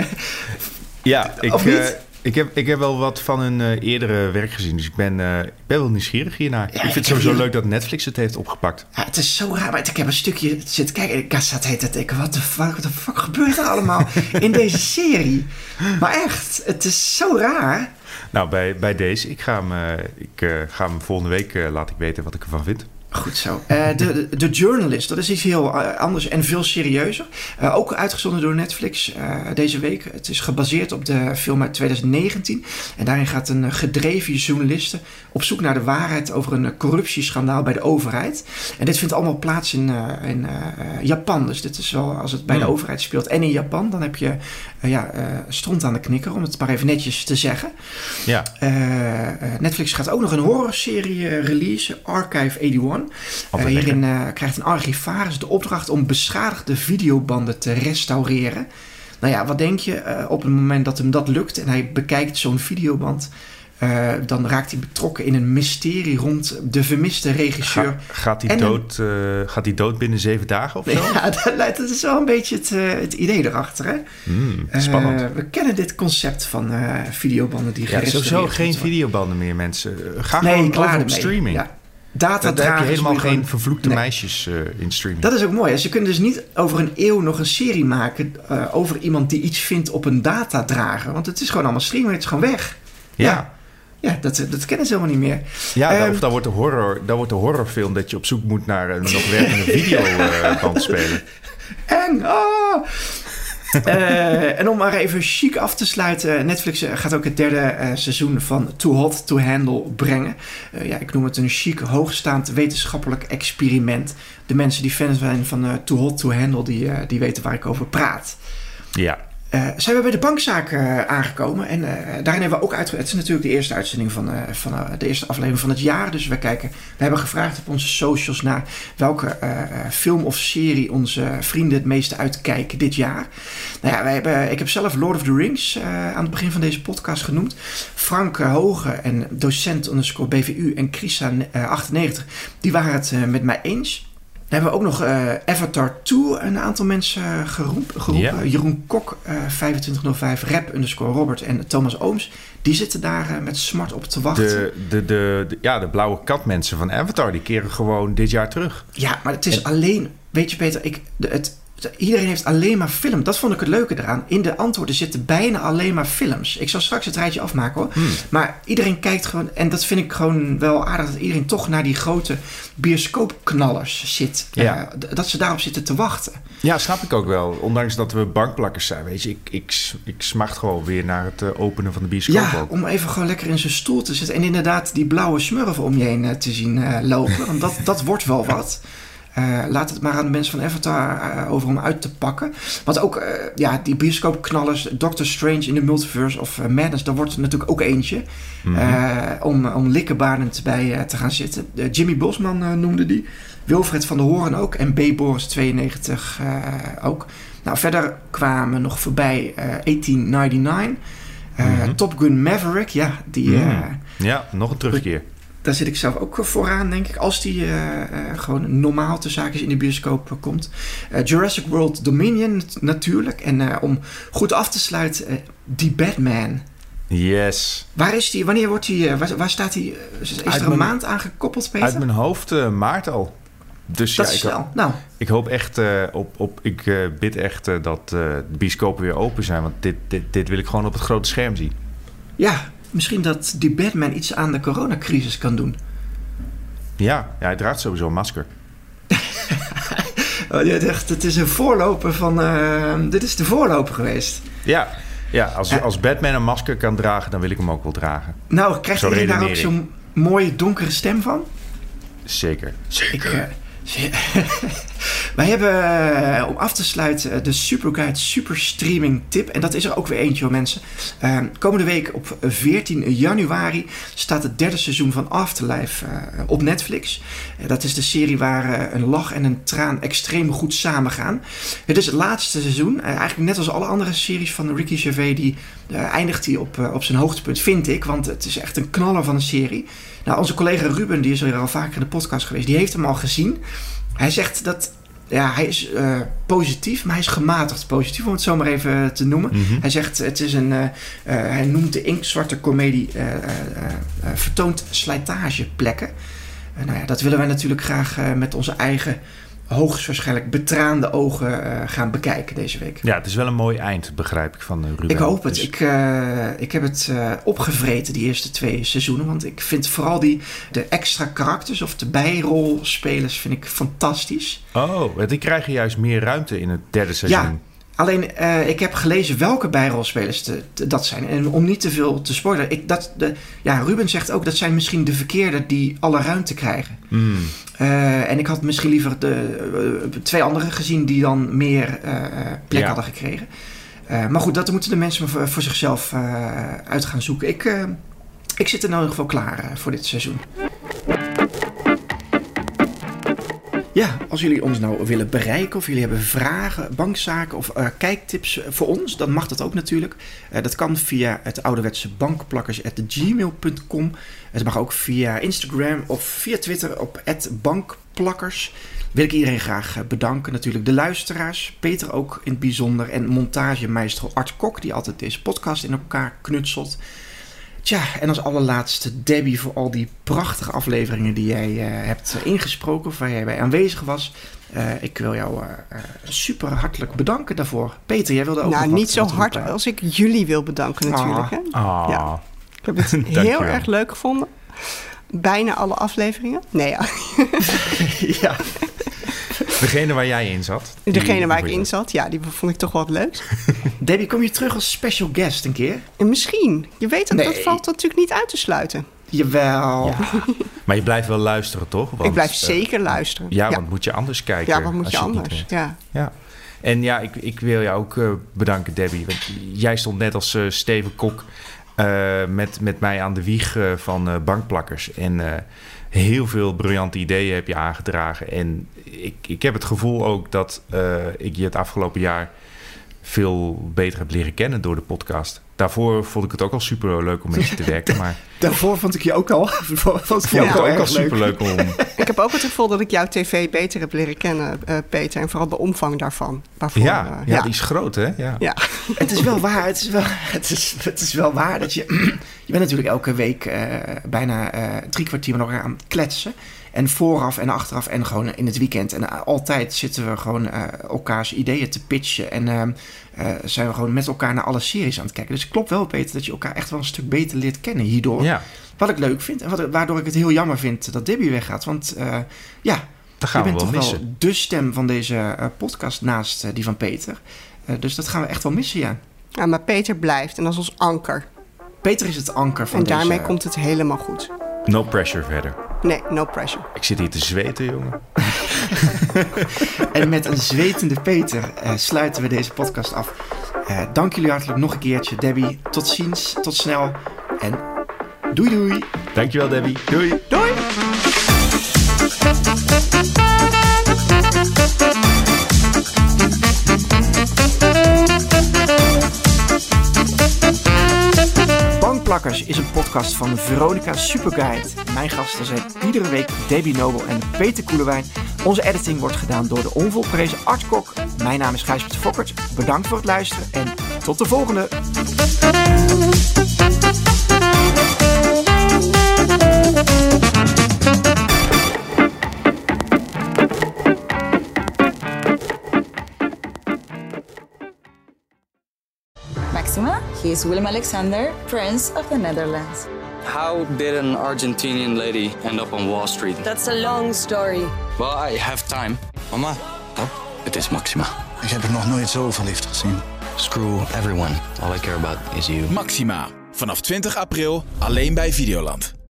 Speaker 8: Ja, ik heb wel wat van hun eerdere werk gezien. Dus ik ben wel nieuwsgierig hiernaar. Ja, ik vind het sowieso leuk dat Netflix het heeft opgepakt.
Speaker 7: Ja, het is zo raar. Maar ik heb een stukje zitten kijken. Ik zat te denken, wat de fuck gebeurt er allemaal in deze serie? Maar echt, het is zo raar.
Speaker 8: Nou, bij deze. Ik ga hem volgende week laat ik weten wat ik ervan vind.
Speaker 7: Goed zo. The Journalist, dat is iets heel anders en veel serieuzer. Ook uitgezonden door Netflix deze week. Het is gebaseerd op de film uit 2019. En daarin gaat een gedreven journaliste op zoek naar de waarheid over een corruptieschandaal bij de overheid. En dit vindt allemaal plaats in Japan. Dus dit is wel, als het bij de overheid speelt en in Japan, dan heb je stront aan de knikker, om het maar even netjes te zeggen. Ja. Netflix gaat ook nog een horrorserie releasen, Archive 81. Hierin krijgt een archivaris de opdracht om beschadigde videobanden te restaureren. Nou ja, wat denk je op het moment dat hem dat lukt en hij bekijkt zo'n videoband, dan raakt hij betrokken in een mysterie rond de vermiste regisseur.
Speaker 8: Gaat hij dood binnen 7 dagen of zo?
Speaker 7: Ja, dat is wel een beetje het idee erachter. Hè?
Speaker 8: Spannend.
Speaker 7: We kennen dit concept van videobanden die gerestaureerd
Speaker 8: worden. Sowieso geen videobanden meer, mensen. Ga gewoon over op streaming. Ja. Daar heb je helemaal geen vervloekte meisjes in streaming.
Speaker 7: Dat is ook mooi. Hè? Ze kunnen dus niet over een eeuw nog een serie maken over iemand die iets vindt op een datadrager. Want het is gewoon allemaal streaming, het is gewoon weg. Ja, dat kennen ze helemaal niet meer.
Speaker 8: Ja, of dan wordt de horrorfilm dat je op zoek moet naar een nog werkende videoband spelen.
Speaker 7: Eng! Oh! En om maar even chic af te sluiten, Netflix gaat ook het 3e seizoen van Too Hot to Handle brengen. Ik noem het een chic, hoogstaand wetenschappelijk experiment. De mensen die fan zijn van Too Hot to Handle, die weten waar ik over praat.
Speaker 8: Ja.
Speaker 7: zijn we bij de bankzaak aangekomen. En daarin hebben we ook het is natuurlijk de eerste uitzending van de eerste aflevering van het jaar. Dus we hebben gevraagd op onze socials naar welke film of serie onze vrienden het meeste uitkijken dit jaar. Nou ja, ik heb zelf Lord of the Rings aan het begin van deze podcast genoemd. Frank Hoge en docent_BVU en Chrisa98, die waren het met mij eens. Dan hebben we ook nog Avatar 2 een aantal mensen geroepen.
Speaker 8: Ja.
Speaker 7: Jeroen Kok, 2505, Rap_Robert en Thomas Ooms. Die zitten daar met smart op te wachten.
Speaker 8: De blauwe katmensen van Avatar, die keren gewoon dit jaar terug.
Speaker 7: Ja, maar het is alleen... Weet je Peter, iedereen heeft alleen maar film. Dat vond ik het leuke eraan. In de antwoorden zitten bijna alleen maar films. Ik zal straks het rijtje afmaken hoor. Maar iedereen kijkt gewoon... En dat vind ik gewoon wel aardig... dat iedereen toch naar die grote bioscoopknallers zit.
Speaker 8: Ja.
Speaker 7: Dat ze daarop zitten te wachten.
Speaker 8: Ja, snap ik ook wel. Ondanks dat we bankplakkers zijn. Weet je, ik smacht gewoon weer naar het openen van de bioscoop.
Speaker 7: Ja,
Speaker 8: ook.
Speaker 7: om even gewoon lekker in zijn stoel te zitten. En inderdaad die blauwe smurfen om je heen te zien lopen. Want dat wordt wel wat. Laat het maar aan de mensen van Avatar over om uit te pakken. Want ook die bioscoopknallers, Doctor Strange in the Multiverse of Madness, daar wordt natuurlijk ook eentje. Om likkenbaardend bij te gaan zitten. Jimmy Bosman noemde die. Wilfred van der Hoorn ook. En B. Boris 92 ook. Nou, verder kwamen nog voorbij 1899. Top Gun Maverick. Ja,
Speaker 8: ja, nog een terugkeer.
Speaker 7: Daar zit ik zelf ook vooraan, denk ik. Als die gewoon normaal te zaakjes in de bioscoop komt. Jurassic World Dominion natuurlijk. En om goed af te sluiten, The Batman.
Speaker 8: Yes.
Speaker 7: Waar is die? Wanneer wordt die? Waar staat die? Is er een maand aan gekoppeld, Peter?
Speaker 8: Uit mijn hoofd maart al. Dus
Speaker 7: dat is snel. Nou.
Speaker 8: Ik hoop echt ik bid echt dat de bioscopen weer open zijn. Want dit wil ik gewoon op het grote scherm zien. Ja.
Speaker 7: Misschien dat die Batman iets aan de coronacrisis kan doen.
Speaker 8: Ja, hij draagt sowieso een masker.
Speaker 7: Het is een voorloper van... dit is de voorloper geweest.
Speaker 8: Ja, als Batman een masker kan dragen, dan wil ik hem ook wel dragen.
Speaker 7: Nou, krijgt hij daar ook zo'n mooie donkere stem van?
Speaker 8: Zeker.
Speaker 7: Wij hebben, om af te sluiten, de Superguide Superstreaming tip. En dat is er ook weer eentje hoor mensen. Komende week op 14 januari staat het derde seizoen van Afterlife op Netflix. Dat is de serie waar een lach en een traan extreem goed samengaan. Het is het laatste seizoen. Eigenlijk net als alle andere series van Ricky Gervais. Die eindigt hij op zijn hoogtepunt, vind ik. Want het is echt een knaller van een serie. Nou, onze collega Ruben, die is er al vaker in de podcast geweest. Die heeft hem al gezien. Hij zegt dat... Ja, hij is positief, maar hij is gematigd positief, om het zo maar even te noemen. Hij zegt, het is hij noemt de inktzwarte komedie vertoont slijtageplekken. Nou ja, dat willen wij natuurlijk graag met onze eigen hoogstwaarschijnlijk betraande ogen gaan bekijken deze week.
Speaker 8: Ja, het is wel een mooi eind, begrijp ik van Ruben.
Speaker 7: Ik hoop het. Ik heb het opgevreten, die eerste 2 seizoenen. Want ik vind vooral de extra karakters of de bijrolspelers vind ik fantastisch.
Speaker 8: Oh, die krijgen juist meer ruimte in het derde seizoen.
Speaker 7: Ja, alleen ik heb gelezen welke bijrolspelers dat zijn. En om niet te veel te spoileren. Ruben zegt ook dat zijn misschien de verkeerde die alle ruimte krijgen. En ik had misschien liever de 2 anderen gezien die dan meer plek hadden gekregen. Maar goed, dat moeten de mensen voor zichzelf uit gaan zoeken. Ik zit er in ieder geval klaar voor dit seizoen. Ja, als jullie ons nou willen bereiken of jullie hebben vragen, bankzaken of kijktips voor ons, dan mag dat ook natuurlijk. Dat kan via het ouderwetse bankplakkers@gmail.com. Het mag ook via Instagram of via Twitter op @bankplakkers. Wil ik iedereen graag bedanken. Natuurlijk de luisteraars, Peter ook in het bijzonder en montagemeester Art Kok, die altijd deze podcast in elkaar knutselt. Tja, en als allerlaatste Debbie voor al die prachtige afleveringen die jij hebt ingesproken, of waar jij bij aanwezig was. Ik wil jou super hartelijk bedanken daarvoor. Peter, jij wilde ook nog wat.
Speaker 6: Niet zo hard als ik jullie wil bedanken natuurlijk. Hè? Ja. Ik heb het heel erg leuk gevonden. Bijna alle afleveringen. Nee, ja.
Speaker 7: Ja.
Speaker 8: Degene waar jij in zat.
Speaker 6: Degene waar ik in zat, ja, die vond ik toch wel het leukst.
Speaker 7: Debbie, kom je terug als special guest een keer?
Speaker 6: En misschien. Je weet dat, dat valt natuurlijk niet uit te sluiten.
Speaker 7: Jawel.
Speaker 8: Ja. Maar je blijft wel luisteren, toch? Want,
Speaker 6: ik blijf zeker luisteren.
Speaker 8: Ja, want moet je anders kijken?
Speaker 6: Ja, wat moet je anders? Ja.
Speaker 8: En ja, ik wil jou ook bedanken, Debbie. Want jij stond net als Steven Kok met mij aan de wieg van bankplakkers. En heel veel briljante ideeën heb je aangedragen. En ik heb het gevoel ook dat ik je het afgelopen jaar veel beter heb leren kennen door de podcast. Daarvoor vond ik het ook al super leuk om met je te werken. Maar
Speaker 7: Daarvoor vond ik je ook al.
Speaker 8: Super leuk om.
Speaker 6: Ik heb ook het gevoel dat ik jouw tv beter heb leren kennen, Peter. En vooral de omvang daarvan. Waarvoor,
Speaker 8: Ja, die is groot, hè? Ja.
Speaker 7: Het is wel waar. Het is wel waar dat je... Je bent natuurlijk elke week bijna 3 kwartier met elkaar aan het kletsen. En vooraf en achteraf en gewoon in het weekend. En altijd zitten we gewoon elkaars ideeën te pitchen. En zijn we gewoon met elkaar naar alle series aan het kijken. Dus het klopt wel, Peter, dat je elkaar echt wel een stuk beter leert kennen hierdoor. Ja. Wat ik leuk vind. En waardoor ik het heel jammer vind dat Debbie weggaat. Want je bent toch wel de stem van deze podcast naast die van Peter. Dus dat gaan we echt wel missen, ja.
Speaker 6: Ja, maar Peter blijft en dat is ons anker.
Speaker 7: Peter is het anker van
Speaker 6: en daarmee komt het helemaal goed.
Speaker 8: No pressure verder.
Speaker 6: Nee, no pressure.
Speaker 8: Ik zit hier te zweten, jongen.
Speaker 7: En met een zwetende Peter sluiten we deze podcast af. Dank jullie hartelijk nog een keertje, Debbie. Tot ziens, tot snel en doei.
Speaker 8: Dankjewel, Debbie. Doei.
Speaker 6: Doei.
Speaker 7: Bankplakkers is een podcast van Veronica Superguide. Mijn gasten zijn iedere week Debbie Nobel en Peter Koelewijn. Onze editing wordt gedaan door de onvolprezen Art Kok. Mijn naam is Gijsbert Fokkert. Bedankt voor het luisteren en tot de volgende.
Speaker 1: Maxima, he is Willem-Alexander, Prince of the Netherlands.
Speaker 2: How did an Argentinian lady end up on Wall Street?
Speaker 3: That's a long story.
Speaker 2: Well, I have time. Mama, het is Maxima.
Speaker 4: Ik heb er nog nooit zo verliefd gezien.
Speaker 2: Screw everyone. All I care about is you.
Speaker 5: Maxima. Vanaf 20 april alleen bij Videoland.